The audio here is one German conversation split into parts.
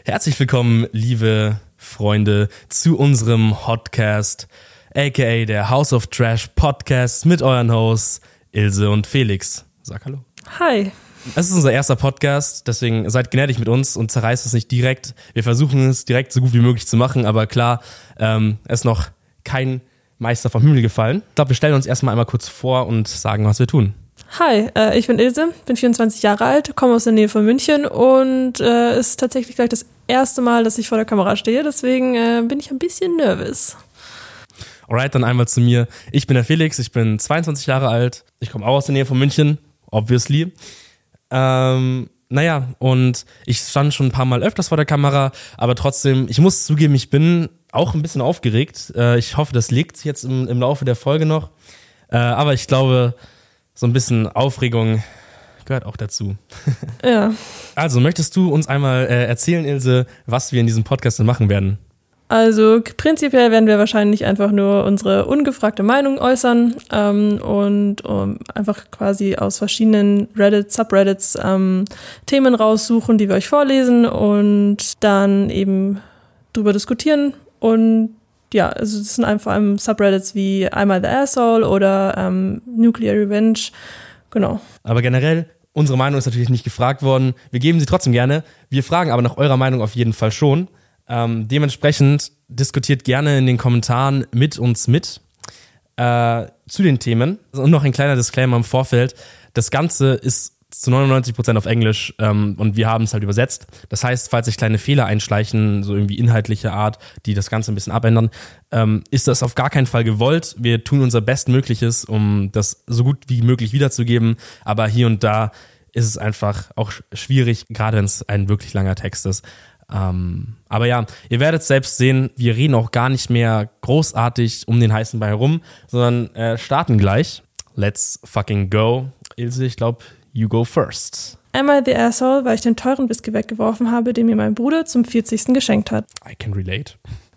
Herzlich willkommen, liebe Freunde, zu unserem Hotcast, aka der House of Trash Podcast mit euren Hosts Ilse und Felix. Sag hallo. Hi. Es ist unser erster Podcast, deswegen seid gnädig mit uns und zerreißt es nicht direkt. Wir versuchen es direkt so gut wie möglich zu machen, aber klar, ist noch kein Meister vom Himmel gefallen. Ich glaube, wir stellen uns erstmal einmal kurz vor und sagen, was wir tun. Hi, ich bin Ilse, bin 24 Jahre alt, komme aus der Nähe von München und ist tatsächlich gleich das erste Mal, dass ich vor der Kamera stehe, deswegen bin ich ein bisschen nervös. Alright, dann einmal zu mir. Ich bin der Felix, ich bin 22 Jahre alt, ich komme auch aus der Nähe von München, obviously. Und ich stand schon ein paar Mal öfters vor der Kamera, aber trotzdem, ich muss zugeben, ich bin auch ein bisschen aufgeregt. Ich hoffe, das legt sich jetzt im Laufe der Folge noch. Aber ich glaube, so ein bisschen Aufregung gehört auch dazu. Ja. Also, möchtest du uns einmal erzählen, Ilse, was wir in diesem Podcast denn machen werden? Also prinzipiell werden wir wahrscheinlich einfach nur unsere ungefragte Meinung äußern und einfach quasi aus verschiedenen Subreddits Themen raussuchen, die wir euch vorlesen und dann eben drüber diskutieren. Und ja, also das sind einfach Subreddits wie Am I the Asshole oder Nuclear Revenge, genau. Aber generell, unsere Meinung ist natürlich nicht gefragt worden. Wir geben sie trotzdem gerne. Wir fragen aber nach eurer Meinung auf jeden Fall schon. Dementsprechend diskutiert gerne in den Kommentaren mit uns zu den Themen. Und noch ein kleiner Disclaimer im Vorfeld. Das Ganze ist zu 99% auf Englisch und wir haben es halt übersetzt. Das heißt, falls sich kleine Fehler einschleichen, so irgendwie inhaltlicher Art, die das Ganze ein bisschen abändern, ist das auf gar keinen Fall gewollt. Wir tun unser Bestmögliches, um das so gut wie möglich wiederzugeben. Aber hier und da ist es einfach auch schwierig, gerade wenn es ein wirklich langer Text ist. Aber ja, ihr werdet selbst sehen, wir reden auch gar nicht mehr großartig um den heißen Brei herum, sondern starten gleich. Let's fucking go. Ilse, ich glaube, you go first. Am I the Asshole, weil ich den teuren Whisky weggeworfen habe, den mir mein Bruder zum 40. geschenkt hat. I can relate.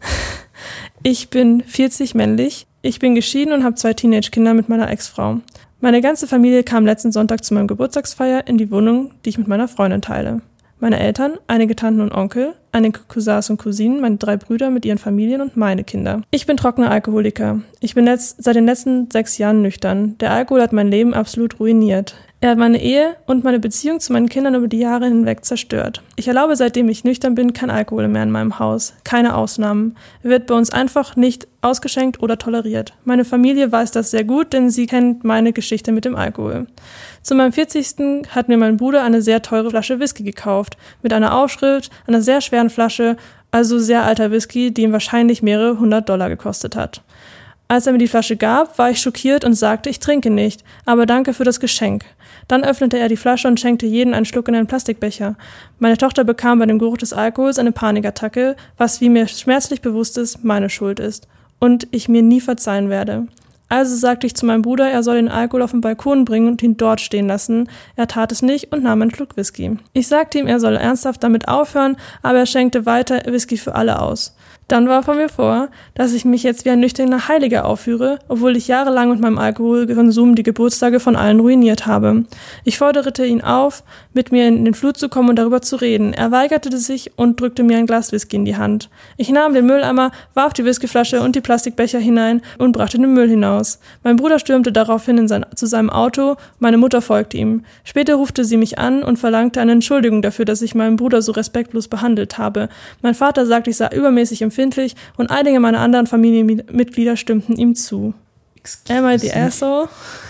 Ich bin 40 männlich. Ich bin geschieden und habe 2 Teenage-Kinder mit meiner Ex-Frau. Meine ganze Familie kam letzten Sonntag zu meinem Geburtstagsfeier in die Wohnung, die ich mit meiner Freundin teile. Meine Eltern, einige Tanten und Onkel, einige Cousins und Cousinen, meine 3 Brüder mit ihren Familien und meine Kinder. Ich bin trockener Alkoholiker. Ich bin seit den letzten 6 Jahren nüchtern. Der Alkohol hat mein Leben absolut ruiniert. Er hat meine Ehe und meine Beziehung zu meinen Kindern über die Jahre hinweg zerstört. Ich erlaube, seitdem ich nüchtern bin, kein Alkohol mehr in meinem Haus. Keine Ausnahmen. Er wird bei uns einfach nicht ausgeschenkt oder toleriert. Meine Familie weiß das sehr gut, denn sie kennt meine Geschichte mit dem Alkohol. Zu meinem 40. hat mir mein Bruder eine sehr teure Flasche Whisky gekauft. Mit einer Aufschrift, einer sehr schweren Flasche, also sehr alter Whisky, die ihm wahrscheinlich mehrere $100 gekostet hat. Als er mir die Flasche gab, war ich schockiert und sagte, ich trinke nicht, aber danke für das Geschenk. Dann öffnete er die Flasche und schenkte jeden einen Schluck in einen Plastikbecher. Meine Tochter bekam bei dem Geruch des Alkohols eine Panikattacke, was, wie mir schmerzlich bewusst ist, meine Schuld ist und ich mir nie verzeihen werde. Also sagte ich zu meinem Bruder, er soll den Alkohol auf den Balkon bringen und ihn dort stehen lassen. Er tat es nicht und nahm einen Schluck Whisky. Ich sagte ihm, er soll ernsthaft damit aufhören, aber er schenkte weiter Whisky für alle aus. Dann warf er mir vor, dass ich mich jetzt wie ein nüchterner Heiliger aufführe, obwohl ich jahrelang mit meinem Alkoholkonsum die Geburtstage von allen ruiniert habe. Ich forderte ihn auf, mit mir in den Flur zu kommen und darüber zu reden. Er weigerte sich und drückte mir ein Glas Whisky in die Hand. Ich nahm den Mülleimer, warf die Whiskyflasche und die Plastikbecher hinein und brachte den Müll hinaus. Mein Bruder stürmte daraufhin zu seinem Auto, meine Mutter folgte ihm. Später rufte sie mich an und verlangte eine Entschuldigung dafür, dass ich meinen Bruder so respektlos behandelt habe. Mein Vater sagte, ich sei übermäßig empfindlich und einige meiner anderen Familienmitglieder stimmten ihm zu. Am I the Asshole?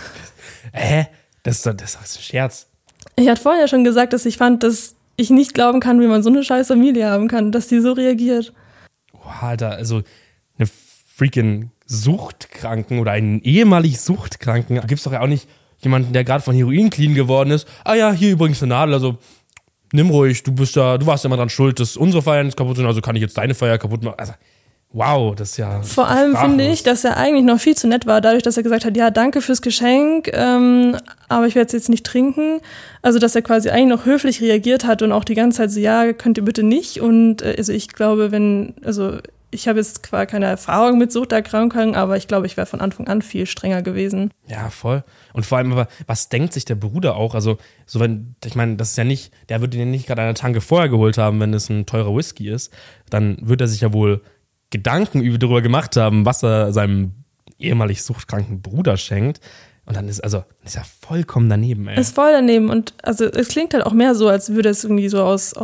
Das ist ein Scherz. Ich hatte vorher schon gesagt, dass ich fand, dass ich nicht glauben kann, wie man so eine scheiß Familie haben kann, dass die so reagiert. Boah, Alter, also eine freaking Suchtkranken oder einen ehemalig Suchtkranken. Du gibst doch ja auch nicht jemanden, der gerade von Heroin clean geworden ist. Ah ja, hier übrigens eine Nadel, also nimm ruhig, du warst ja immer dran schuld, dass unsere Feiern jetzt kaputt sind, also kann ich jetzt deine Feier kaputt machen. Also, wow, das ist ja... Vor allem finde ich, dass er eigentlich noch viel zu nett war, dadurch, dass er gesagt hat, ja, danke fürs Geschenk, aber ich werde es jetzt nicht trinken. Also, dass er quasi eigentlich noch höflich reagiert hat und auch die ganze Zeit so, ja, könnt ihr bitte nicht. Und also ich glaube, ich habe jetzt zwar keine Erfahrung mit Suchterkrankungen, aber ich glaube, ich wäre von Anfang an viel strenger gewesen. Ja, voll. Und vor allem aber, was denkt sich der Bruder auch? Also, so wenn, ich meine, das ist ja nicht, der würde den nicht gerade eine Tanke vorher geholt haben, wenn es ein teurer Whisky ist, dann wird er sich ja wohl Gedanken darüber gemacht haben, was er seinem ehemalig suchtkranken Bruder schenkt. Und dann ist ja vollkommen daneben, ey. Ist voll daneben und also es klingt halt auch mehr so, als würde es irgendwie so aus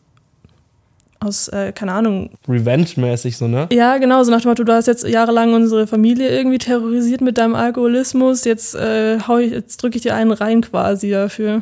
keine Ahnung. Revenge-mäßig so, ne? Ja, genau, so nach dem Motto, du hast jetzt jahrelang unsere Familie irgendwie terrorisiert mit deinem Alkoholismus, jetzt drücke ich dir einen rein quasi dafür.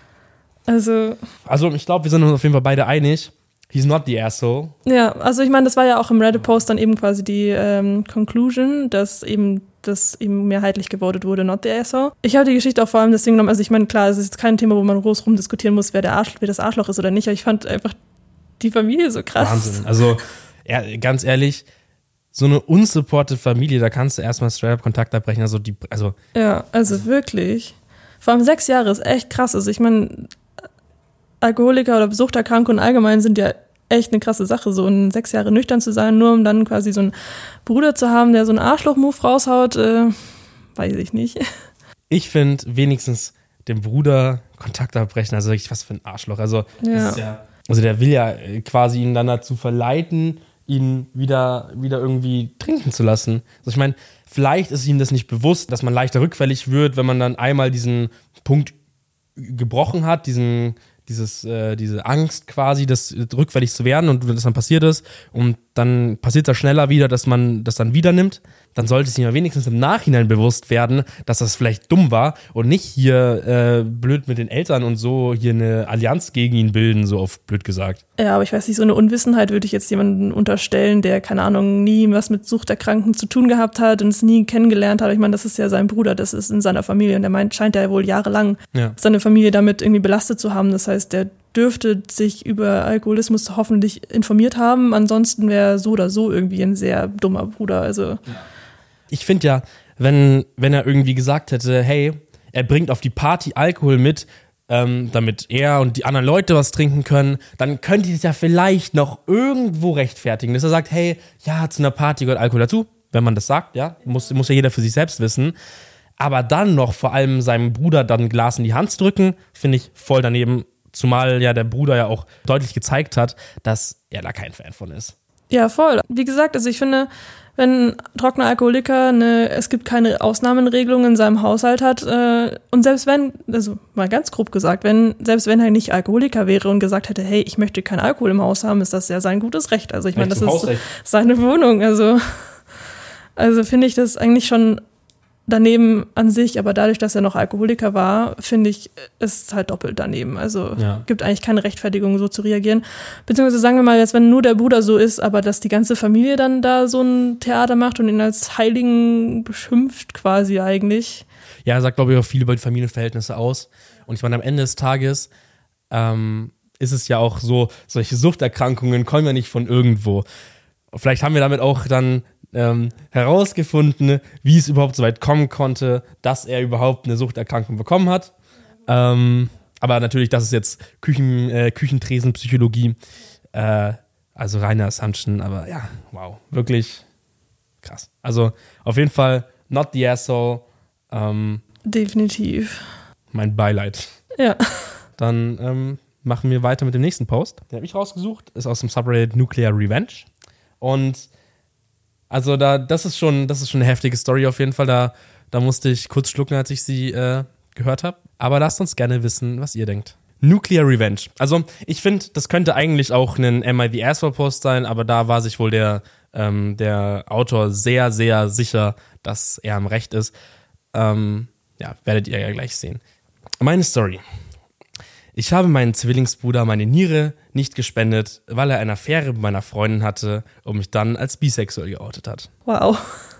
Also ich glaube, wir sind uns auf jeden Fall beide einig. He's not the asshole. Ja, also ich meine, das war ja auch im Reddit-Post dann eben quasi die Conclusion, dass eben mehrheitlich gewotet wurde, not the asshole. Ich habe die Geschichte auch vor allem deswegen genommen, also ich meine, klar, es ist jetzt kein Thema, wo man groß rumdiskutieren muss, wer das Arschloch ist oder nicht, aber ich fand einfach die Familie so krass. Wahnsinn. Also, ganz ehrlich, so eine unsupported Familie, da kannst du erstmal straight up Kontakt abbrechen. Ja, also wirklich. Vor allem 6 Jahre ist echt krass. Also ich meine, Alkoholiker oder Suchterkrankungen allgemein sind ja echt eine krasse Sache, so in 6 Jahre nüchtern zu sein, nur um dann quasi so einen Bruder zu haben, der so einen Arschloch-Move raushaut, weiß ich nicht. Ich finde wenigstens dem Bruder Kontakt abbrechen, also wirklich was für ein Arschloch. Also, das ist also der will ja quasi ihn dann dazu verleiten, ihn wieder irgendwie trinken zu lassen. Also ich meine, vielleicht ist ihm das nicht bewusst, dass man leichter rückfällig wird, wenn man dann einmal diesen Punkt gebrochen hat, diese Angst quasi, das rückfällig zu werden und wenn das dann passiert ist und dann passiert das schneller wieder, dass man das dann wieder nimmt, dann sollte es ihm ja wenigstens im Nachhinein bewusst werden, dass das vielleicht dumm war und nicht hier blöd mit den Eltern und so hier eine Allianz gegen ihn bilden, so oft blöd gesagt. Ja, aber ich weiß nicht, so eine Unwissenheit würde ich jetzt jemanden unterstellen, der, keine Ahnung, nie was mit Suchterkrankten zu tun gehabt hat und es nie kennengelernt hat. Ich meine, das ist ja sein Bruder, das ist in seiner Familie und der scheint ja wohl jahrelang seine Familie damit irgendwie belastet zu haben. Das heißt, der dürfte sich über Alkoholismus hoffentlich informiert haben. Ansonsten wäre er so oder so irgendwie ein sehr dummer Bruder. Also ich finde ja, wenn er irgendwie gesagt hätte, hey, er bringt auf die Party Alkohol mit, damit er und die anderen Leute was trinken können, dann könnte ich es ja vielleicht noch irgendwo rechtfertigen, dass er sagt, hey, ja, zu einer Party gehört Alkohol dazu, wenn man das sagt, ja, muss ja jeder für sich selbst wissen. Aber dann noch vor allem seinem Bruder dann ein Glas in die Hand zu drücken, finde ich voll daneben. Zumal ja der Bruder ja auch deutlich gezeigt hat, dass er da kein Fan von ist. Ja, voll. Wie gesagt, also ich finde, wenn ein trockener Alkoholiker es gibt keine Ausnahmenregelung in seinem Haushalt hat und selbst wenn, also mal ganz grob gesagt, selbst wenn er nicht Alkoholiker wäre und gesagt hätte, hey, ich möchte keinen Alkohol im Haus haben, ist das ja sein gutes Recht. Also ich meine, das ist seine Wohnung. Also finde ich das eigentlich schon daneben an sich, aber dadurch, dass er noch Alkoholiker war, finde ich, ist halt doppelt daneben. Also gibt eigentlich keine Rechtfertigung, so zu reagieren. Beziehungsweise sagen wir mal jetzt, wenn nur der Bruder so ist, aber dass die ganze Familie dann da so ein Theater macht und ihn als Heiligen beschimpft quasi eigentlich. Ja, sagt, glaube ich, auch viel über die Familienverhältnisse aus. Und ich meine, am Ende des Tages ist es ja auch so, solche Suchterkrankungen kommen ja nicht von irgendwo. Vielleicht haben wir damit auch dann herausgefunden, wie es überhaupt so weit kommen konnte, dass er überhaupt eine Suchterkrankung bekommen hat. Aber natürlich, das ist jetzt Küchentresenpsychologie, also reine Assumption, aber ja, wow, wirklich krass. Also auf jeden Fall not the asshole. Definitiv. Mein Beileid. Ja. Dann machen wir weiter mit dem nächsten Post. Den habe ich rausgesucht, ist aus dem Subreddit Nuclear Revenge. Und also das ist schon eine heftige Story auf jeden Fall. Da musste ich kurz schlucken, als ich sie gehört habe. Aber lasst uns gerne wissen, was ihr denkt. Nuclear Revenge. Also ich finde, das könnte eigentlich auch ein Am I the Asshole Post sein, aber da war sich wohl der Autor sehr, sehr sicher, dass er am Recht ist. Werdet ihr ja gleich sehen. Meine Story. Ich habe meinen Zwillingsbruder meine Niere nicht gespendet, weil er eine Affäre mit meiner Freundin hatte und mich dann als bisexuell geoutet hat. Wow.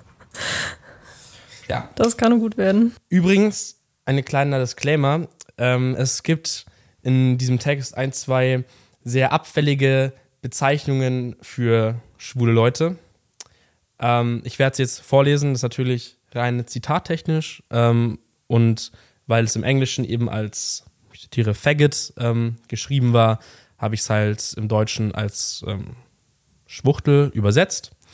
Ja. Das kann gut werden. Übrigens, ein kleiner Disclaimer. Es gibt in diesem Text 1, 2 sehr abfällige Bezeichnungen für schwule Leute. Ich werde es jetzt vorlesen, das ist natürlich rein zitattechnisch und weil es im Englischen eben als Faggot geschrieben war, habe ich es halt im Deutschen als Schwuchtel übersetzt.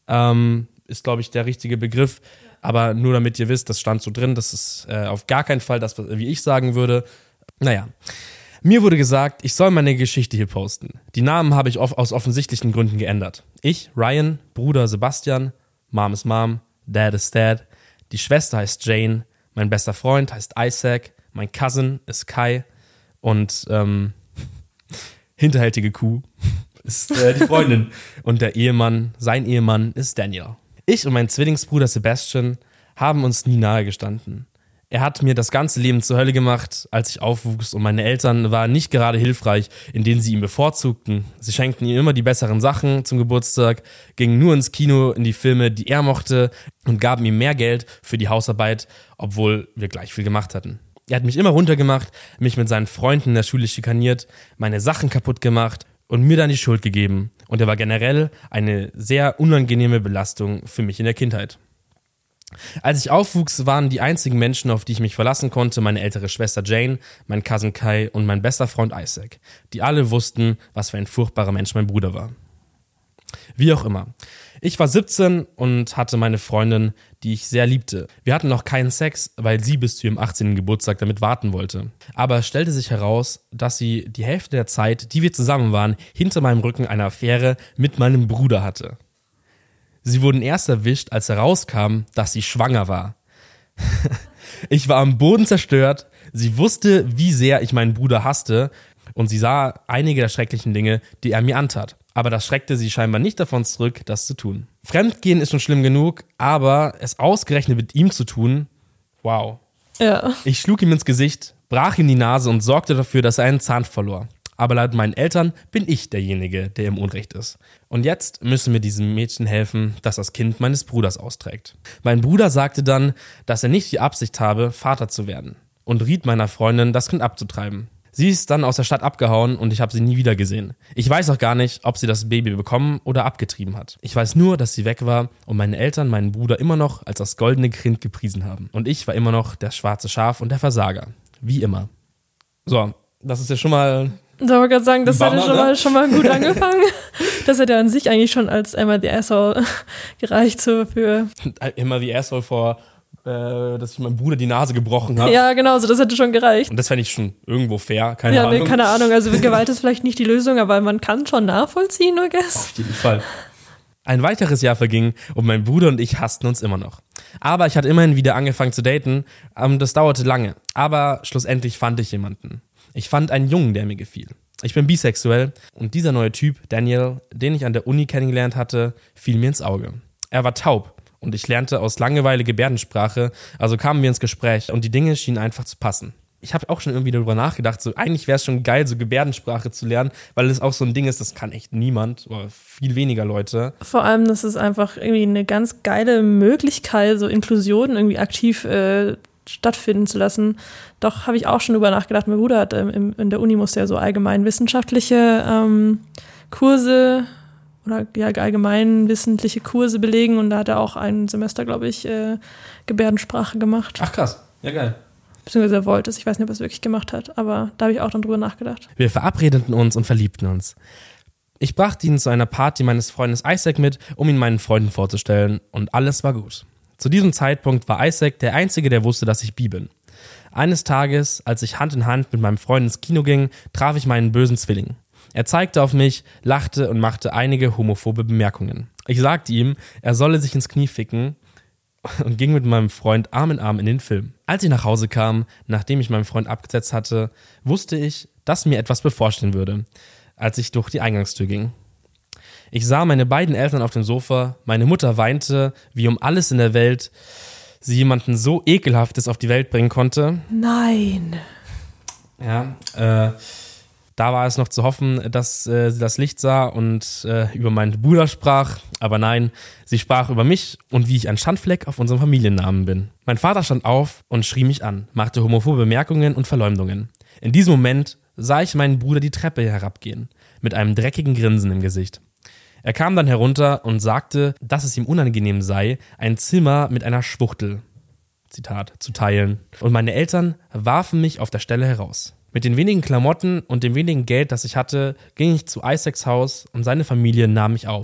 ist, glaube ich, der richtige Begriff. Aber nur damit ihr wisst, das stand so drin, das ist auf gar keinen Fall das, wie ich sagen würde. Naja, mir wurde gesagt, ich soll meine Geschichte hier posten. Die Namen habe ich aus offensichtlichen Gründen geändert. Ich, Ryan, Bruder Sebastian, Mom ist Mom, Dad ist Dad, die Schwester heißt Jane, mein bester Freund heißt Isaac, mein Cousin ist Kai und hinterhältige Kuh ist die Freundin und der Ehemann, sein Ehemann ist Daniel. Ich und mein Zwillingsbruder Sebastian haben uns nie nahe gestanden. Er hat mir das ganze Leben zur Hölle gemacht, als ich aufwuchs, und meine Eltern waren nicht gerade hilfreich, indem sie ihn bevorzugten. Sie schenkten ihm immer die besseren Sachen zum Geburtstag, gingen nur ins Kino, in die Filme, die er mochte, und gaben ihm mehr Geld für die Hausarbeit, obwohl wir gleich viel gemacht hatten. Er hat mich immer runtergemacht, mich mit seinen Freunden in der Schule schikaniert, meine Sachen kaputt gemacht und mir dann die Schuld gegeben. Und er war generell eine sehr unangenehme Belastung für mich in der Kindheit. Als ich aufwuchs, waren die einzigen Menschen, auf die ich mich verlassen konnte, meine ältere Schwester Jane, mein Cousin Kai und mein bester Freund Isaac, die alle wussten, was für ein furchtbarer Mensch mein Bruder war. Wie auch immer. Ich war 17 und hatte meine Freundin, die ich sehr liebte. Wir hatten noch keinen Sex, weil sie bis zu ihrem 18. Geburtstag damit warten wollte. Aber es stellte sich heraus, dass sie die Hälfte der Zeit, die wir zusammen waren, hinter meinem Rücken eine Affäre mit meinem Bruder hatte. Sie wurden erst erwischt, als herauskam, dass sie schwanger war. Ich war am Boden zerstört. Sie wusste, wie sehr ich meinen Bruder hasste, und sie sah einige der schrecklichen Dinge, die er mir antat. Aber das schreckte sie scheinbar nicht davon zurück, das zu tun. Fremdgehen ist schon schlimm genug, aber es ausgerechnet mit ihm zu tun, wow. Ja. Ich schlug ihm ins Gesicht, brach ihm die Nase und sorgte dafür, dass er einen Zahn verlor. Aber laut meinen Eltern bin ich derjenige, der im Unrecht ist. Und jetzt müssen wir diesem Mädchen helfen, das das Kind meines Bruders austrägt. Mein Bruder sagte dann, dass er nicht die Absicht habe, Vater zu werden, und riet meiner Freundin, das Kind abzutreiben. Sie ist dann aus der Stadt abgehauen und ich habe sie nie wieder gesehen. Ich weiß auch gar nicht, ob sie das Baby bekommen oder abgetrieben hat. Ich weiß nur, dass sie weg war und meine Eltern meinen Bruder immer noch als das goldene Kind gepriesen haben. Und ich war immer noch das schwarze Schaf und der Versager. Wie immer. So, das ist ja schon mal... Ich wollte gerade sagen, das Bummer, hätte schon mal gut angefangen. Das hätte an sich eigentlich schon als Emma the Asshole gereicht so für... Emma the Asshole vor... dass ich meinem Bruder die Nase gebrochen habe. Ja, genau, so das hätte schon gereicht. Und das fände ich schon irgendwo fair, keine Ahnung. Ja, keine Ahnung, also Gewalt ist vielleicht nicht die Lösung, aber man kann schon nachvollziehen, I guess. Auf jeden Fall. Ein weiteres Jahr verging und mein Bruder und ich hassten uns immer noch. Aber ich hatte immerhin wieder angefangen zu daten, das dauerte lange. Aber schlussendlich fand ich jemanden. Ich fand einen Jungen, der mir gefiel. Ich bin bisexuell und dieser neue Typ, Daniel, den ich an der Uni kennengelernt hatte, fiel mir ins Auge. Er war taub. Und ich lernte aus Langeweile Gebärdensprache, also kamen wir ins Gespräch und die Dinge schienen einfach zu passen. Ich habe auch schon irgendwie darüber nachgedacht, so eigentlich wäre es schon geil, so Gebärdensprache zu lernen, weil es auch so ein Ding ist, das kann echt niemand oder viel weniger Leute. Vor allem, das ist einfach irgendwie eine ganz geile Möglichkeit, so Inklusion irgendwie aktiv stattfinden zu lassen. Doch habe ich auch schon darüber nachgedacht, mein Bruder hat in der Uni musste ja so allgemein wissenschaftliche Kurse oder ja, allgemein wissentliche Kurse belegen und da hat er auch ein Semester, glaube ich, Gebärdensprache gemacht. Ach krass, ja geil. Beziehungsweise er wollte es, ich weiß nicht, ob er es wirklich gemacht hat, aber da habe ich auch dann drüber nachgedacht. Wir verabredeten uns und verliebten uns. Ich brachte ihn zu einer Party meines Freundes Isaac mit, um ihn meinen Freunden vorzustellen, und alles war gut. Zu diesem Zeitpunkt war Isaac der Einzige, der wusste, dass ich bi bin. Eines Tages, als ich Hand in Hand mit meinem Freund ins Kino ging, traf ich meinen bösen Zwilling. Er zeigte auf mich, lachte und machte einige homophobe Bemerkungen. Ich sagte ihm, er solle sich ins Knie ficken und ging mit meinem Freund Arm in Arm in den Film. Als ich nach Hause kam, nachdem ich meinen Freund abgesetzt hatte, wusste ich, dass mir etwas bevorstehen würde, als ich durch die Eingangstür ging. Ich sah meine beiden Eltern auf dem Sofa, meine Mutter weinte, wie um alles in der Welt sie jemanden so Ekelhaftes auf die Welt bringen konnte. Nein. Ja, da war es noch zu hoffen, dass sie das Licht sah und über meinen Bruder sprach. Aber nein, sie sprach über mich und wie ich ein Schandfleck auf unserem Familiennamen bin. Mein Vater stand auf und schrie mich an, machte homophobe Bemerkungen und Verleumdungen. In diesem Moment sah ich meinen Bruder die Treppe herabgehen, mit einem dreckigen Grinsen im Gesicht. Er kam dann herunter und sagte, dass es ihm unangenehm sei, ein Zimmer mit einer Schwuchtel, Zitat, zu teilen. Und meine Eltern warfen mich auf der Stelle heraus. Mit den wenigen Klamotten und dem wenigen Geld, das ich hatte, ging ich zu Isaacs Haus und seine Familie nahm mich auf.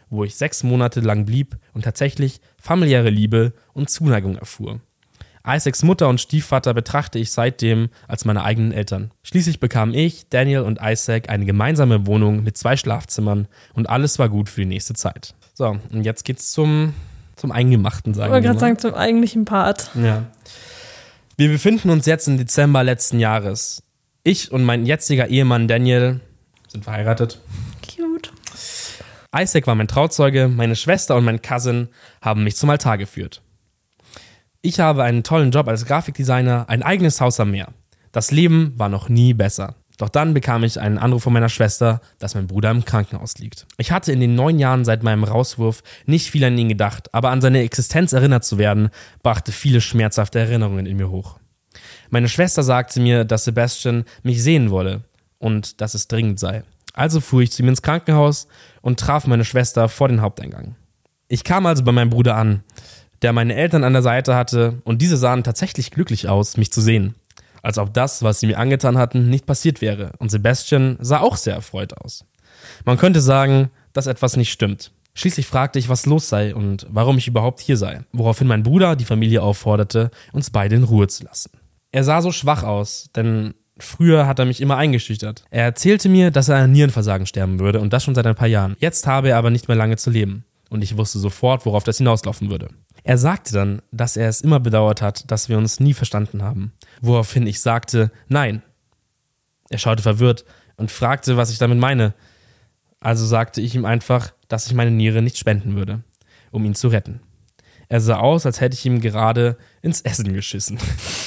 wo ich 6 Monate lang blieb und tatsächlich familiäre Liebe und Zuneigung erfuhr. Isaacs Mutter und Stiefvater betrachte ich seitdem als meine eigenen Eltern. Schließlich bekamen ich, Daniel und Isaac eine gemeinsame Wohnung mit 2 Schlafzimmern und alles war gut für die nächste Zeit. So, und jetzt geht's zum Eingemachten, sagen wir. Ich wollte gerade sagen, zum eigentlichen Part. Ja. Wir befinden uns jetzt im Dezember letzten Jahres. Ich und mein jetziger Ehemann Daniel sind verheiratet. Cute. Isaac war mein Trauzeuge, meine Schwester und mein Cousin haben mich zum Altar geführt. Ich habe einen tollen Job als Grafikdesigner, ein eigenes Haus am Meer. Das Leben war noch nie besser. Doch dann bekam ich einen Anruf von meiner Schwester, dass mein Bruder im Krankenhaus liegt. Ich hatte in den 9 Jahren seit meinem Rauswurf nicht viel an ihn gedacht, aber an seine Existenz erinnert zu werden, brachte viele schmerzhafte Erinnerungen in mir hoch. Meine Schwester sagte mir, dass Sebastian mich sehen wolle und dass es dringend sei. Also fuhr ich zu ihm ins Krankenhaus und traf meine Schwester vor den Haupteingang. Ich kam also bei meinem Bruder an, der meine Eltern an der Seite hatte, und diese sahen tatsächlich glücklich aus, mich zu sehen. Als ob das, was sie mir angetan hatten, nicht passiert wäre. Und Sebastian sah auch sehr erfreut aus. Man könnte sagen, dass etwas nicht stimmt. Schließlich fragte ich, was los sei und warum ich überhaupt hier sei. Woraufhin mein Bruder die Familie aufforderte, uns beide in Ruhe zu lassen. Er sah so schwach aus, denn früher hat er mich immer eingeschüchtert. Er erzählte mir, dass er an Nierenversagen sterben würde und das schon seit ein paar Jahren. Jetzt habe er aber nicht mehr lange zu leben. Und ich wusste sofort, worauf das hinauslaufen würde. Er sagte dann, dass er es immer bedauert hat, dass wir uns nie verstanden haben. Woraufhin ich sagte, nein. Er schaute verwirrt und fragte, was ich damit meine. Also sagte ich ihm einfach, dass ich meine Niere nicht spenden würde, um ihn zu retten. Er sah aus, als hätte ich ihm gerade ins Essen geschissen.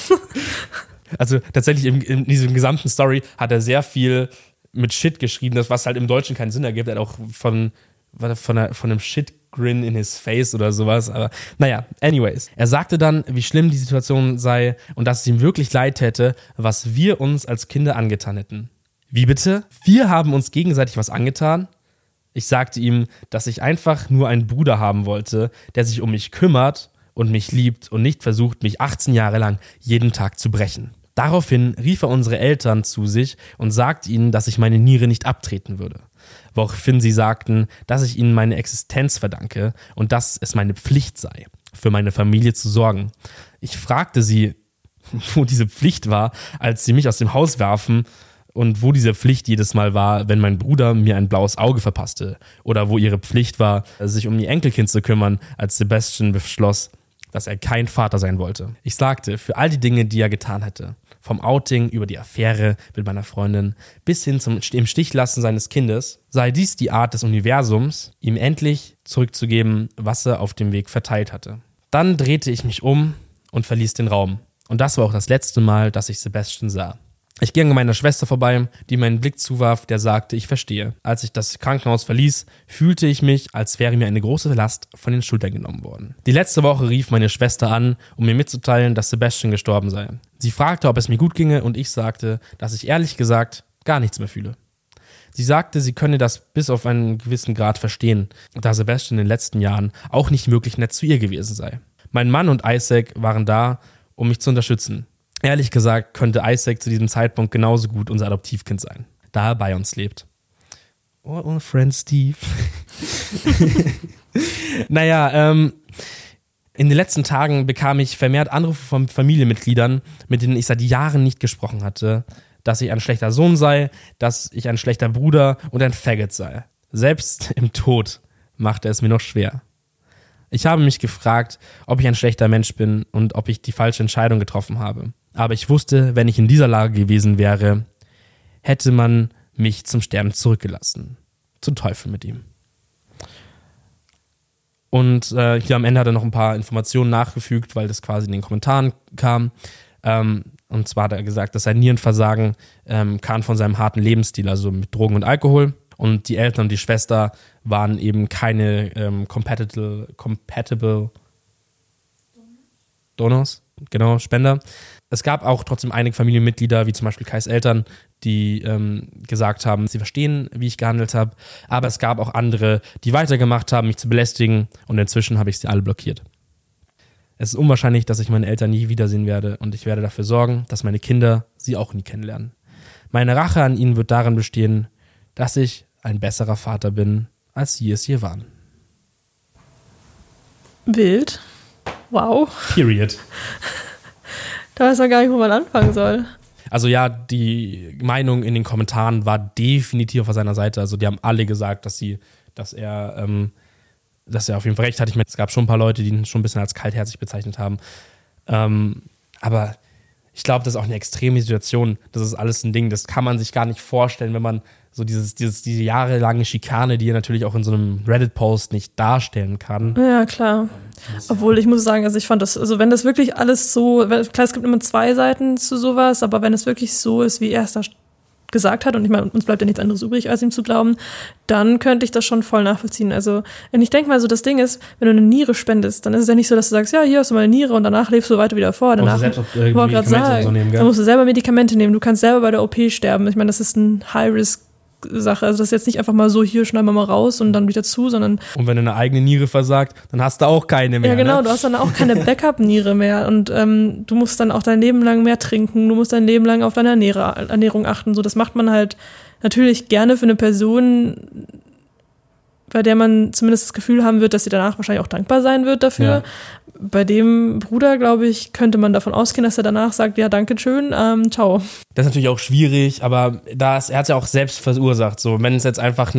Also tatsächlich in diesem gesamten Story hat er sehr viel mit Shit geschrieben, das was halt im Deutschen keinen Sinn ergibt. Er hat auch von einem Shit-Grin in his face oder sowas. Aber naja, anyways. Er sagte dann, wie schlimm die Situation sei und dass es ihm wirklich leid täte, was wir uns als Kinder angetan hätten. Wie bitte? Wir haben uns gegenseitig was angetan? Ich sagte ihm, dass ich einfach nur einen Bruder haben wollte, der sich um mich kümmert und mich liebt und nicht versucht, mich 18 Jahre lang jeden Tag zu brechen. Daraufhin rief er unsere Eltern zu sich und sagte ihnen, dass ich meine Niere nicht abtreten würde. Woraufhin sie sagten, dass ich ihnen meine Existenz verdanke und dass es meine Pflicht sei, für meine Familie zu sorgen. Ich fragte sie, wo diese Pflicht war, als sie mich aus dem Haus warfen, und wo diese Pflicht jedes Mal war, wenn mein Bruder mir ein blaues Auge verpasste, oder wo ihre Pflicht war, sich um ihr Enkelkind zu kümmern, als Sebastian beschloss, dass er kein Vater sein wollte. Ich sagte, für all die Dinge, die er getan hätte, vom Outing über die Affäre mit meiner Freundin bis hin zum im Stichlassen seines Kindes, sei dies die Art des Universums, ihm endlich zurückzugeben, was er auf dem Weg verteilt hatte. Dann drehte ich mich um und verließ den Raum. Und das war auch das letzte Mal, dass ich Sebastian sah. Ich ging an meiner Schwester vorbei, die mir einen Blick zuwarf, der sagte, ich verstehe. Als ich das Krankenhaus verließ, fühlte ich mich, als wäre mir eine große Last von den Schultern genommen worden. Die letzte Woche rief meine Schwester an, um mir mitzuteilen, dass Sebastian gestorben sei. Sie fragte, ob es mir gut ginge, und ich sagte, dass ich ehrlich gesagt gar nichts mehr fühle. Sie sagte, sie könne das bis auf einen gewissen Grad verstehen, da Sebastian in den letzten Jahren auch nicht wirklich nett zu ihr gewesen sei. Mein Mann und Isaac waren da, um mich zu unterstützen. Ehrlich gesagt könnte Isaac zu diesem Zeitpunkt genauso gut unser Adoptivkind sein, da er bei uns lebt. Oh, Friend Steve. Naja, in den letzten Tagen bekam ich vermehrt Anrufe von Familienmitgliedern, mit denen ich seit Jahren nicht gesprochen hatte, dass ich ein schlechter Sohn sei, dass ich ein schlechter Bruder und ein Faggot sei. Selbst im Tod machte es mir noch schwer. Ich habe mich gefragt, ob ich ein schlechter Mensch bin und ob ich die falsche Entscheidung getroffen habe. Aber ich wusste, wenn ich in dieser Lage gewesen wäre, hätte man mich zum Sterben zurückgelassen. Zum Teufel mit ihm. Und hier am Ende hat er noch ein paar Informationen nachgefügt, weil das quasi in den Kommentaren kam. Und zwar hat er gesagt, dass sein Nierenversagen kam von seinem harten Lebensstil, also mit Drogen und Alkohol. Und die Eltern und die Schwester waren eben keine compatible Donors, genau, Spender. Es gab auch trotzdem einige Familienmitglieder, wie zum Beispiel Kais Eltern, die gesagt haben, sie verstehen, wie ich gehandelt habe. Aber es gab auch andere, die weitergemacht haben, mich zu belästigen. Und inzwischen habe ich sie alle blockiert. Es ist unwahrscheinlich, dass ich meine Eltern nie wiedersehen werde. Und ich werde dafür sorgen, dass meine Kinder sie auch nie kennenlernen. Meine Rache an ihnen wird darin bestehen, dass ich ein besserer Vater bin, als sie es je waren. Wild. Wow. Period. Da weiß man gar nicht, wo man anfangen soll. Also ja, die Meinung in den Kommentaren war definitiv auf seiner Seite. Also die haben alle gesagt, dass er auf jeden Fall recht hat. Ich meine, es gab schon ein paar Leute, die ihn schon ein bisschen als kaltherzig bezeichnet haben. Aber ich glaube, das ist auch eine extreme Situation. Das ist alles ein Ding, das kann man sich gar nicht vorstellen, wenn man so diese jahrelange Schikane, die er natürlich auch in so einem Reddit-Post nicht darstellen kann. Ja, klar. Obwohl, ich muss sagen, also ich fand das, also wenn das wirklich alles so, klar, es gibt immer zwei Seiten zu sowas, aber wenn es wirklich so ist, wie er es da gesagt hat, und ich meine, uns bleibt ja nichts anderes übrig, als ihm zu glauben, dann könnte ich das schon voll nachvollziehen. Also, wenn ich denke mal, so das Ding ist, wenn du eine Niere spendest, dann ist es ja nicht so, dass du sagst, ja, hier hast du mal eine Niere und danach lebst du weiter wieder vor. Danach, musst du selbst Medikamente so nehmen, gell? Dann musst du selber Medikamente nehmen, du kannst selber bei der OP sterben. Ich meine, das ist ein High-Risk-Sache. Also das ist jetzt nicht einfach mal so, hier schneiden wir mal raus und dann wieder zu, sondern... Und wenn deine eigene Niere versagt, dann hast du auch keine mehr. Ja, genau, ne? Du hast dann auch keine Backup-Niere mehr und du musst dann auch dein Leben lang mehr trinken, du musst dein Leben lang auf deine Ernährung achten. So, das macht man halt natürlich gerne für eine Person, bei der man zumindest das Gefühl haben wird, dass sie danach wahrscheinlich auch dankbar sein wird dafür. Ja. Bei dem Bruder, glaube ich, könnte man davon ausgehen, dass er danach sagt, ja, danke schön, ciao. Das ist natürlich auch schwierig, aber er hat es ja auch selbst verursacht. So, wenn es jetzt einfach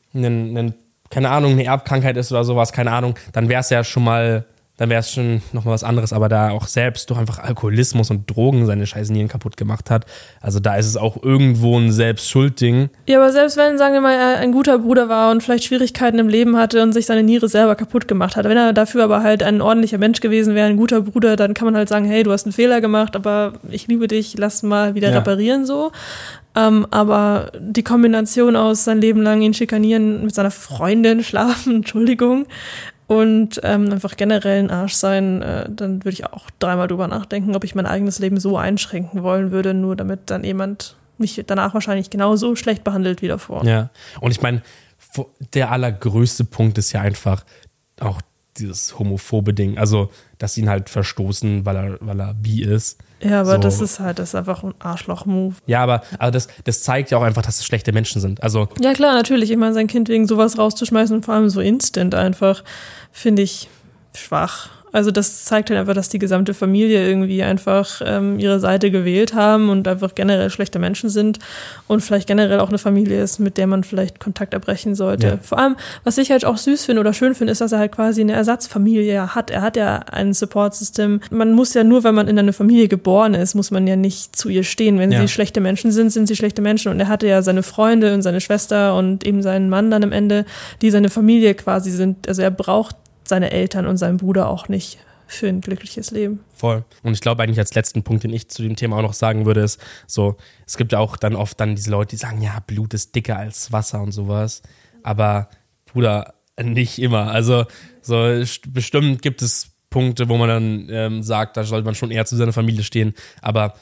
keine Ahnung, eine Erbkrankheit ist oder sowas, keine Ahnung, dann wäre es ja schon mal, noch mal was anderes. Aber da er auch selbst durch einfach Alkoholismus und Drogen seine scheiß Nieren kaputt gemacht hat, also da ist es auch irgendwo ein Selbstschuldding. Ja, aber selbst wenn, sagen wir mal, er ein guter Bruder war und vielleicht Schwierigkeiten im Leben hatte und sich seine Niere selber kaputt gemacht hat, wenn er dafür aber halt ein ordentlicher Mensch gewesen wäre, ein guter Bruder, dann kann man halt sagen, hey, du hast einen Fehler gemacht, aber ich liebe dich, lass mal wieder reparieren so. Aber die Kombination aus sein Leben lang ihn schikanieren, mit seiner Freundin schlafen, Entschuldigung, und einfach generell ein Arsch sein, dann würde ich auch dreimal drüber nachdenken, ob ich mein eigenes Leben so einschränken wollen würde, nur damit dann jemand mich danach wahrscheinlich genauso schlecht behandelt wie davor. Ja, und ich meine, der allergrößte Punkt ist ja einfach auch dieses homophobe Ding, also dass ihn halt verstoßen, weil er bi ist. Ja, aber so. Das ist einfach ein Arschloch-Move. Ja, aber also das zeigt ja auch einfach, dass es schlechte Menschen sind. Also ja, klar, natürlich. Ich meine, sein Kind wegen sowas rauszuschmeißen und vor allem so instant einfach, finde ich schwach. Also das zeigt halt einfach, dass die gesamte Familie irgendwie einfach ihre Seite gewählt haben und einfach generell schlechte Menschen sind und vielleicht generell auch eine Familie ist, mit der man vielleicht Kontakt abbrechen sollte. Ja. Vor allem, was ich halt auch süß finde oder schön finde, ist, dass er halt quasi eine Ersatzfamilie hat. Er hat ja ein Support-System. Man muss ja nur, wenn man in eine Familie geboren ist, muss man ja nicht zu ihr stehen. Wenn sie schlechte Menschen sind, sind sie schlechte Menschen. Und er hatte ja seine Freunde und seine Schwester und eben seinen Mann dann am Ende, die seine Familie quasi sind. Also er braucht seine Eltern und seinen Bruder auch nicht für ein glückliches Leben. Voll. Und ich glaube eigentlich als letzten Punkt, den ich zu dem Thema auch noch sagen würde, ist so, es gibt ja auch dann oft dann diese Leute, die sagen, ja, Blut ist dicker als Wasser und sowas. Aber Bruder, nicht immer. Also so bestimmt gibt es Punkte, wo man dann sagt, da sollte man schon eher zu seiner Familie stehen. Aber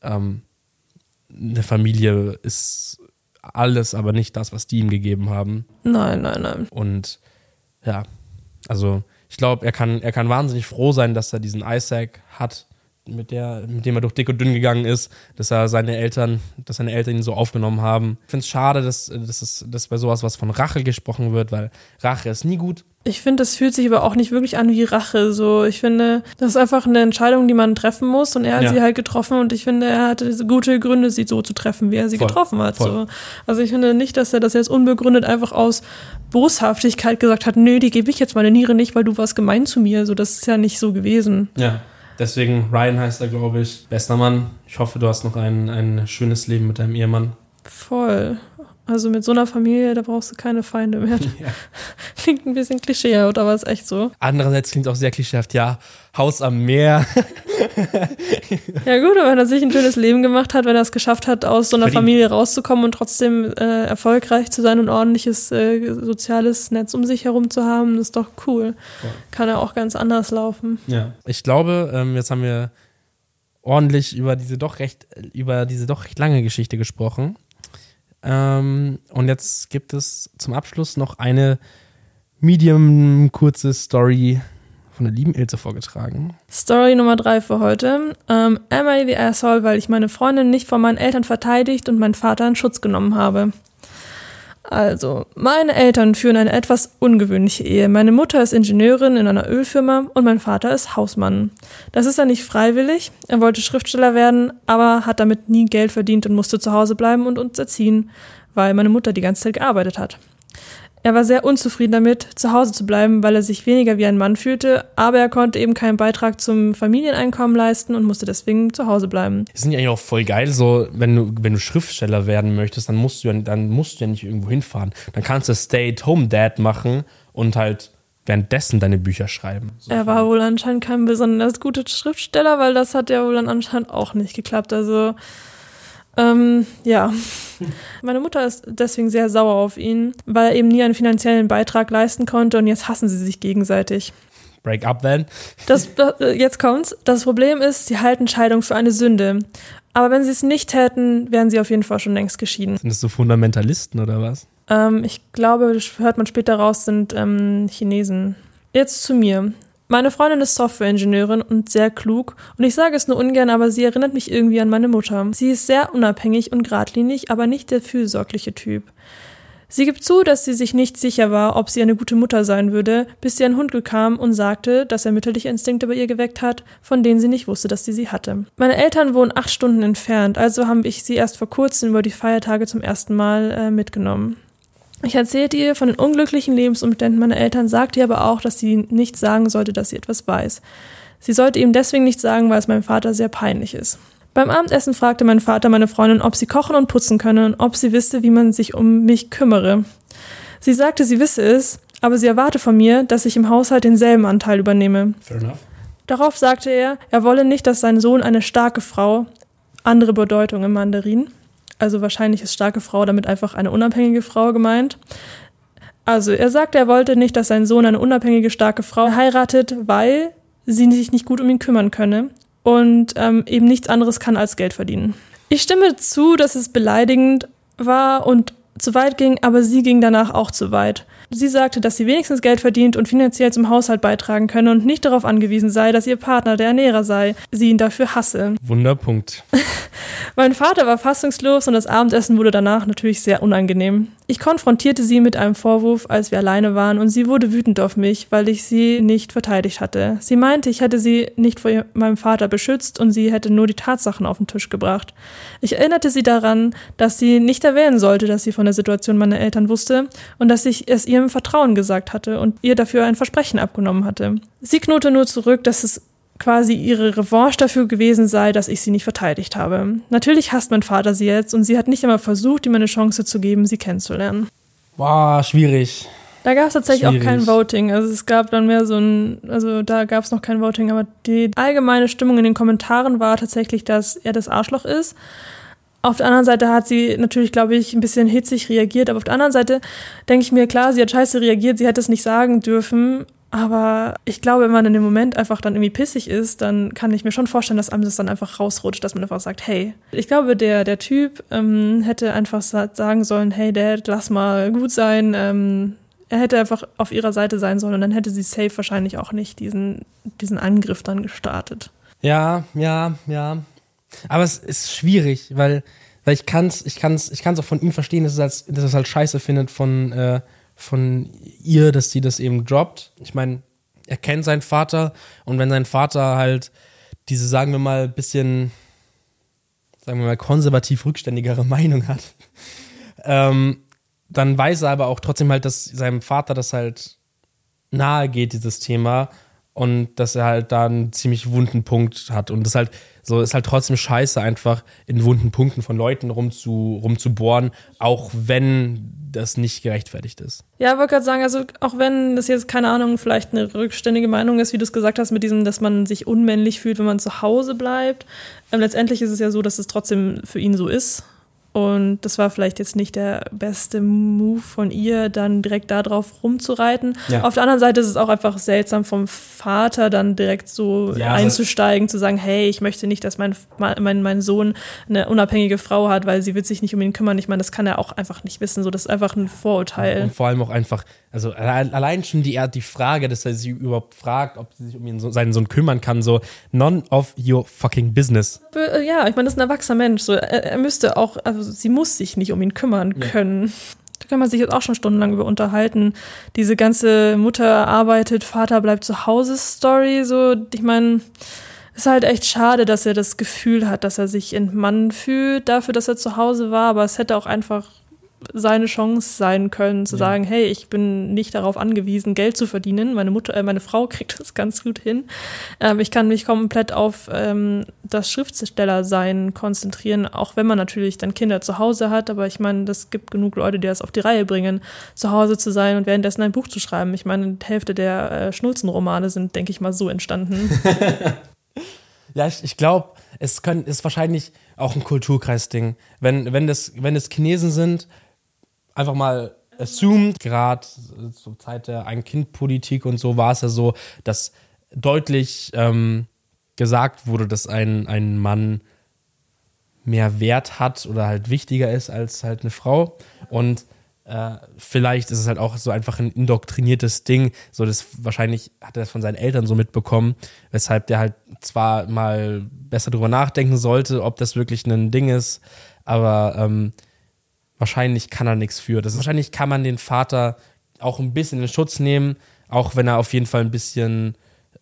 eine Familie ist alles, aber nicht das, was die ihm gegeben haben. Nein. Und ja, also ich glaube, er kann wahnsinnig froh sein, dass er diesen Isaac hat, mit dem er durch dick und dünn gegangen ist, dass seine Eltern ihn so aufgenommen haben. Ich finde es schade, dass bei sowas was von Rache gesprochen wird, weil Rache ist nie gut. Ich finde, das fühlt sich aber auch nicht wirklich an wie Rache. So, ich finde, das ist einfach eine Entscheidung, die man treffen muss. Und er hat sie halt getroffen. Und ich finde, er hatte gute Gründe, sie so zu treffen, wie er sie getroffen hat. So. Also ich finde nicht, dass er das jetzt unbegründet einfach aus Boshaftigkeit gesagt hat, nö, die gebe ich jetzt meine Niere nicht, weil du warst gemein zu mir. So, das ist ja nicht so gewesen. Ja, deswegen Ryan heißt er, glaube ich. Bester Mann. Ich hoffe, du hast noch ein schönes Leben mit deinem Ehemann. Voll. Also mit so einer Familie, da brauchst du keine Feinde mehr. Ja. Klingt ein bisschen klischeehaft, aber ist echt so. Andererseits klingt es auch sehr klischeehaft. Ja, Haus am Meer. Ja gut, aber wenn er sich ein schönes Leben gemacht hat, wenn er es geschafft hat, aus so einer Familie rauszukommen und trotzdem erfolgreich zu sein und ein ordentliches soziales Netz um sich herum zu haben, ist doch cool. Ja. Kann er auch ganz anders laufen. Ja, ich glaube, jetzt haben wir ordentlich über diese doch recht lange Geschichte gesprochen. Und jetzt gibt es zum Abschluss noch eine medium kurze von der lieben Ilse vorgetragen. Story Nummer 3 für heute. Am I the asshole, weil ich meine Freundin nicht vor meinen Eltern verteidigt und meinen Vater in Schutz genommen habe. Also, meine Eltern führen eine etwas ungewöhnliche Ehe. Meine Mutter ist Ingenieurin in einer Ölfirma und mein Vater ist Hausmann. Das ist ja nicht freiwillig. Er wollte Schriftsteller werden, aber hat damit nie Geld verdient und musste zu Hause bleiben und uns erziehen, weil meine Mutter die ganze Zeit gearbeitet hat. Er war sehr unzufrieden damit, zu Hause zu bleiben, weil er sich weniger wie ein Mann fühlte, aber er konnte eben keinen Beitrag zum Familieneinkommen leisten und musste deswegen zu Hause bleiben. Das sind ja eigentlich auch voll geil, so wenn du Schriftsteller werden möchtest, dann musst du ja nicht irgendwo hinfahren. Dann kannst du Stay-at-home-Dad machen und halt währenddessen deine Bücher schreiben. So er war wohl anscheinend kein besonders guter Schriftsteller, weil das hat ja wohl dann anscheinend auch nicht geklappt. Also ja, meine Mutter ist deswegen sehr sauer auf ihn, weil er eben nie einen finanziellen Beitrag leisten konnte und jetzt hassen sie sich gegenseitig. Break up then. Jetzt kommt's. Das Problem ist, sie halten Scheidung für eine Sünde. Aber wenn sie es nicht täten, wären sie auf jeden Fall schon längst geschieden. Sind das so Fundamentalisten oder was? Ich glaube, das hört man später raus, sind Chinesen. Jetzt zu mir. Meine Freundin ist Softwareingenieurin und sehr klug und ich sage es nur ungern, aber sie erinnert mich irgendwie an meine Mutter. Sie ist sehr unabhängig und geradlinig, aber nicht der fürsorgliche Typ. Sie gibt zu, dass sie sich nicht sicher war, ob sie eine gute Mutter sein würde, bis sie ein Hund bekam und sagte, dass er mütterliche Instinkte bei ihr geweckt hat, von denen sie nicht wusste, dass sie hatte. Meine Eltern wohnen 8 Stunden entfernt, also habe ich sie erst vor kurzem über die Feiertage zum ersten Mal mitgenommen. Ich erzählte ihr von den unglücklichen Lebensumständen meiner Eltern, sagte ihr aber auch, dass sie nicht sagen sollte, dass sie etwas weiß. Sie sollte ihm deswegen nicht sagen, weil es meinem Vater sehr peinlich ist. Beim Abendessen fragte mein Vater meine Freundin, ob sie kochen und putzen könne und ob sie wisse, wie man sich um mich kümmere. Sie sagte, sie wisse es, aber sie erwarte von mir, dass ich im Haushalt denselben Anteil übernehme. Fair enough. Darauf sagte er wolle nicht, dass sein Sohn eine starke Frau, andere Bedeutung im Mandarin, also wahrscheinlich ist starke Frau damit einfach eine unabhängige Frau gemeint. Also er sagte, er wollte nicht, dass sein Sohn eine unabhängige, starke Frau heiratet, weil sie sich nicht gut um ihn kümmern könne und eben nichts anderes kann als Geld verdienen. Ich stimme zu, dass es beleidigend war und zu weit ging, aber sie ging danach auch zu weit. Sie sagte, dass sie wenigstens Geld verdient und finanziell zum Haushalt beitragen könne und nicht darauf angewiesen sei, dass ihr Partner der Ernährer sei, sie ihn dafür hasse. Wunderpunkt. Mein Vater war fassungslos und das Abendessen wurde danach natürlich sehr unangenehm. Ich konfrontierte sie mit einem Vorwurf, als wir alleine waren, und sie wurde wütend auf mich, weil ich sie nicht verteidigt hatte. Sie meinte, ich hätte sie nicht vor meinem Vater beschützt und sie hätte nur die Tatsachen auf den Tisch gebracht. Ich erinnerte sie daran, dass sie nicht erwähnen sollte, dass sie von der Situation meiner Eltern wusste und dass ich es ihr im Vertrauen gesagt hatte und ihr dafür ein Versprechen abgenommen hatte. Sie knurrte nur zurück, dass es quasi ihre Revanche dafür gewesen sei, dass ich sie nicht verteidigt habe. Natürlich hasst mein Vater sie jetzt und sie hat nicht einmal versucht, ihm eine Chance zu geben, sie kennenzulernen. Boah, schwierig. Da gab es tatsächlich auch kein Voting. Also es gab dann mehr da gab es noch kein Voting, aber die allgemeine Stimmung in den Kommentaren war tatsächlich, dass er das Arschloch ist. Auf der anderen Seite hat sie natürlich, glaube ich, ein bisschen hitzig reagiert, aber auf der anderen Seite denke ich mir, klar, sie hat scheiße reagiert, sie hätte es nicht sagen dürfen, aber ich glaube, wenn man in dem Moment einfach dann irgendwie pissig ist, dann kann ich mir schon vorstellen, dass einem das dann einfach rausrutscht, dass man einfach sagt, hey. Ich glaube, der Typ hätte einfach sagen sollen, hey Dad, lass mal gut sein, er hätte einfach auf ihrer Seite sein sollen und dann hätte sie safe wahrscheinlich auch nicht diesen Angriff dann gestartet. Ja. Aber es ist schwierig, weil ich kann's auch von ihm verstehen, dass er es halt scheiße findet von ihr, dass sie das eben droppt. Ich meine, er kennt seinen Vater und wenn sein Vater halt diese, sagen wir mal, konservativ rückständigere Meinung hat, dann weiß er aber auch trotzdem halt, dass seinem Vater das halt nahe geht, dieses Thema, und dass er halt da einen ziemlich wunden Punkt hat und das halt so ist halt trotzdem scheiße, einfach in wunden Punkten von Leuten rumzubohren, auch wenn das nicht gerechtfertigt ist. Ja, ich wollte gerade sagen, also auch wenn das jetzt, keine Ahnung, vielleicht eine rückständige Meinung ist, wie du es gesagt hast, mit diesem, dass man sich unmännlich fühlt, wenn man zu Hause bleibt. Letztendlich ist es ja so, dass es trotzdem für ihn so ist. Und das war vielleicht jetzt nicht der beste Move von ihr, dann direkt da drauf rumzureiten. Ja. Auf der anderen Seite ist es auch einfach seltsam vom Vater, dann direkt so einzusteigen, zu sagen, hey, ich möchte nicht, dass mein Sohn eine unabhängige Frau hat, weil sie wird sich nicht um ihn kümmern. Ich meine, das kann er auch einfach nicht wissen. So, das ist einfach ein Vorurteil. Und vor allem auch einfach, also allein schon die Frage, dass er sie überhaupt fragt, ob sie sich um seinen Sohn kümmern kann, so none of your fucking business. Ja, ich meine, das ist ein erwachsener Mensch. So, er müsste auch, also sie muss sich nicht um ihn kümmern können. Da kann man sich jetzt auch schon stundenlang über unterhalten. Diese ganze Mutter arbeitet, Vater bleibt zu Hause Story, so, ich meine, es ist halt echt schade, dass er das Gefühl hat, dass er sich entmannt fühlt dafür, dass er zu Hause war, aber es hätte auch einfach seine Chance sein können, zu sagen, hey, ich bin nicht darauf angewiesen, Geld zu verdienen. Meine Frau kriegt das ganz gut hin. Ich kann mich komplett auf das Schriftstellersein konzentrieren, auch wenn man natürlich dann Kinder zu Hause hat. Aber ich meine, es gibt genug Leute, die das auf die Reihe bringen, zu Hause zu sein und währenddessen ein Buch zu schreiben. Ich meine, die Hälfte der Schnulzenromane sind, denke ich mal, so entstanden. Ja, ich glaube, ist wahrscheinlich auch ein Kulturkreisding. Wenn es Chinesen sind, einfach mal assumed, gerade zur Zeit der Ein-Kind-Politik und so war es ja so, dass deutlich gesagt wurde, dass ein Mann mehr Wert hat oder halt wichtiger ist als halt eine Frau. Und vielleicht ist es halt auch so einfach ein indoktriniertes Ding. So, das wahrscheinlich hat er das von seinen Eltern so mitbekommen, weshalb der halt zwar mal besser drüber nachdenken sollte, ob das wirklich ein Ding ist, aber wahrscheinlich kann er nichts für. Wahrscheinlich kann man den Vater auch ein bisschen in Schutz nehmen, auch wenn er auf jeden Fall ein bisschen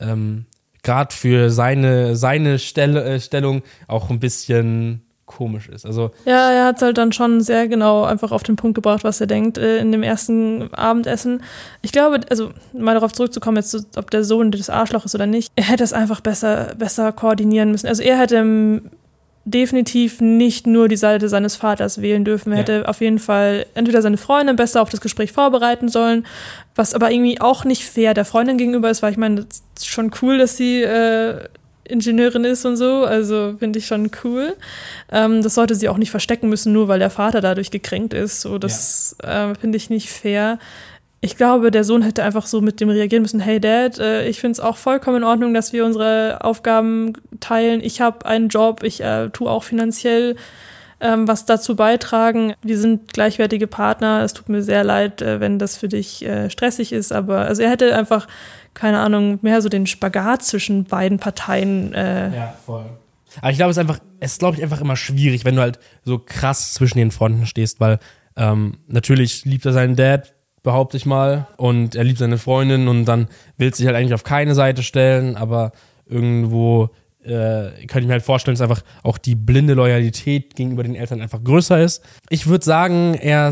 gerade für seine Stellung auch ein bisschen komisch ist. Also ja, er hat halt dann schon sehr genau einfach auf den Punkt gebracht, was er denkt in dem ersten Abendessen. Ich glaube, also mal darauf zurückzukommen, jetzt, ob der Sohn das Arschloch ist oder nicht, er hätte es einfach besser koordinieren müssen. Also er hätte definitiv nicht nur die Seite seines Vaters wählen dürfen. Er hätte auf jeden Fall entweder seine Freundin besser auf das Gespräch vorbereiten sollen, was aber irgendwie auch nicht fair der Freundin gegenüber ist, weil ich meine, das ist schon cool, dass sie Ingenieurin ist und so, also finde ich schon cool. Das sollte sie auch nicht verstecken müssen, nur weil der Vater dadurch gekränkt ist. So, das finde ich nicht fair. Ich glaube, der Sohn hätte einfach so mit dem reagieren müssen, hey Dad, ich finde es auch vollkommen in Ordnung, dass wir unsere Aufgaben teilen. Ich habe einen Job, ich tue auch finanziell was dazu beitragen. Wir sind gleichwertige Partner. Es tut mir sehr leid, wenn das für dich stressig ist, aber also er hätte einfach, keine Ahnung, mehr so den Spagat zwischen beiden Parteien. Ja, voll. Aber ich glaube, es ist, glaube ich, einfach immer schwierig, wenn du halt so krass zwischen den Fronten stehst, weil natürlich liebt er seinen Dad, behaupte ich mal, und er liebt seine Freundin und dann will sich halt eigentlich auf keine Seite stellen, aber irgendwo könnte ich mir halt vorstellen, dass einfach auch die blinde Loyalität gegenüber den Eltern einfach größer ist. Ich würde sagen, er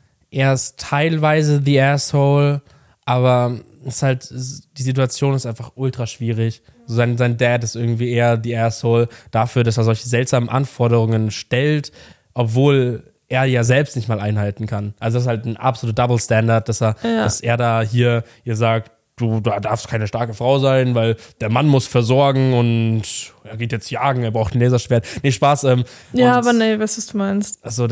ist teilweise the asshole, aber es ist halt, die Situation ist einfach ultra schwierig. Sein Dad ist irgendwie eher the asshole dafür, dass er solche seltsamen Anforderungen stellt, obwohl er ja selbst nicht mal einhalten kann. Also das ist halt ein absoluter Double Standard, dass er da hier sagt, du darfst keine starke Frau sein, weil der Mann muss versorgen und er geht jetzt jagen, er braucht ein Laserschwert. Nee, Spaß. Aber nee, weißt du, was du meinst. Also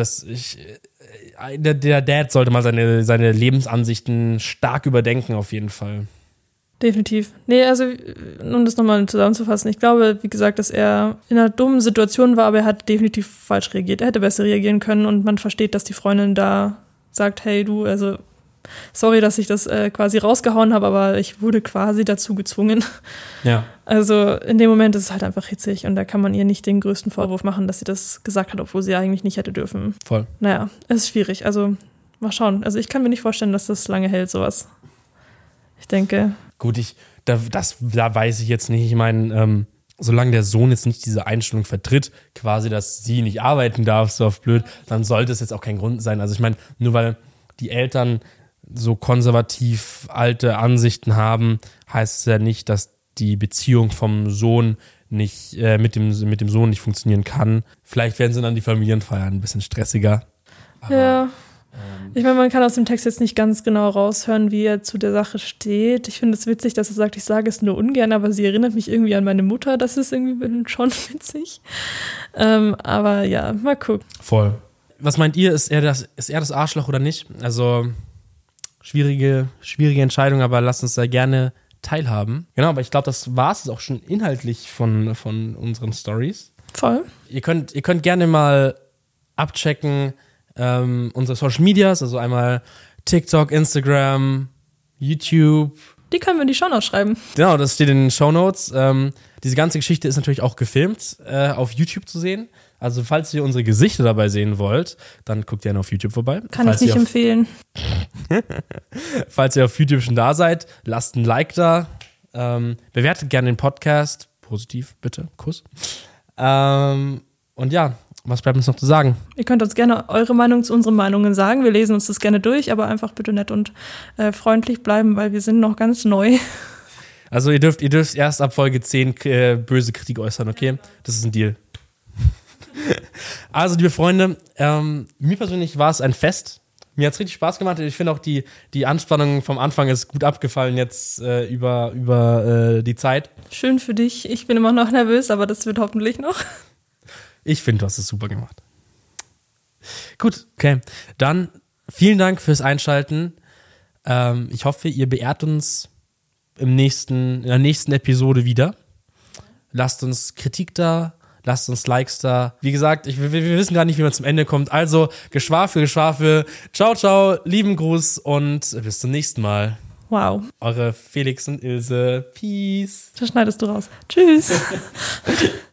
der Dad sollte mal seine Lebensansichten stark überdenken, auf jeden Fall. Definitiv. Nee, also, um das nochmal zusammenzufassen, ich glaube, wie gesagt, dass er in einer dummen Situation war, aber er hat definitiv falsch reagiert. Er hätte besser reagieren können und man versteht, dass die Freundin da sagt, hey du, also sorry, dass ich das quasi rausgehauen habe, aber ich wurde quasi dazu gezwungen. Ja. Also in dem Moment ist es halt einfach hitzig und da kann man ihr nicht den größten Vorwurf machen, dass sie das gesagt hat, obwohl sie eigentlich nicht hätte dürfen. Voll. Naja, es ist schwierig. Also mal schauen. Also ich kann mir nicht vorstellen, dass das lange hält, sowas. Ich denke. Gut, da weiß ich jetzt nicht. Ich meine, solange der Sohn jetzt nicht diese Einstellung vertritt, quasi, dass sie nicht arbeiten darf, so oft blöd, dann sollte es jetzt auch kein Grund sein. Also ich meine, nur weil die Eltern so konservativ alte Ansichten haben, heißt es ja nicht, dass die Beziehung vom Sohn nicht mit dem Sohn nicht funktionieren kann. Vielleicht werden sie dann die Familienfeiern ein bisschen stressiger. Aber, ja. Ich meine, man kann aus dem Text jetzt nicht ganz genau raushören, wie er zu der Sache steht. Ich finde es witzig, dass er sagt, ich sage es nur ungern, aber sie erinnert mich irgendwie an meine Mutter. Das ist irgendwie schon witzig. Aber ja, mal gucken. Voll. Was meint ihr, ist er das Arschloch oder nicht? Also schwierige Entscheidung, aber lasst uns da gerne teilhaben. Genau, aber ich glaube, das war es auch schon inhaltlich von unseren Stories. Voll. Ihr könnt gerne mal abchecken, unsere Social Medias, also einmal TikTok, Instagram, YouTube. Die können wir in die Shownotes schreiben. Genau, das steht in den Shownotes. Diese ganze Geschichte ist natürlich auch gefilmt, auf YouTube zu sehen. Also falls ihr unsere Gesichter dabei sehen wollt, dann guckt gerne auf YouTube vorbei. Kann ich nicht empfehlen. Falls ihr auf YouTube schon da seid, lasst ein Like da. Bewertet gerne den Podcast. Positiv, bitte. Kuss. Und ja, was bleibt uns noch zu sagen? Ihr könnt uns gerne eure Meinung zu unseren Meinungen sagen. Wir lesen uns das gerne durch, aber einfach bitte nett und freundlich bleiben, weil wir sind noch ganz neu. Also ihr dürft erst ab Folge 10 böse Kritik äußern, okay? Das ist ein Deal. Also, liebe Freunde, mir persönlich war es ein Fest. Mir hat es richtig Spaß gemacht. Ich finde auch die Anspannung vom Anfang ist gut abgefallen jetzt über die Zeit. Schön für dich. Ich bin immer noch nervös, aber das wird hoffentlich noch. Ich finde, du hast es super gemacht. Gut, okay. Dann vielen Dank fürs Einschalten. Ich hoffe, ihr beehrt uns in der nächsten Episode wieder. Lasst uns Kritik da. Lasst uns Likes da. Wie gesagt, wir wissen gar nicht, wie man zum Ende kommt. Also, Geschwafel. Ciao, ciao, lieben Gruß und bis zum nächsten Mal. Wow. Eure Felix und Ilse. Peace. Das schneidest du raus. Tschüss.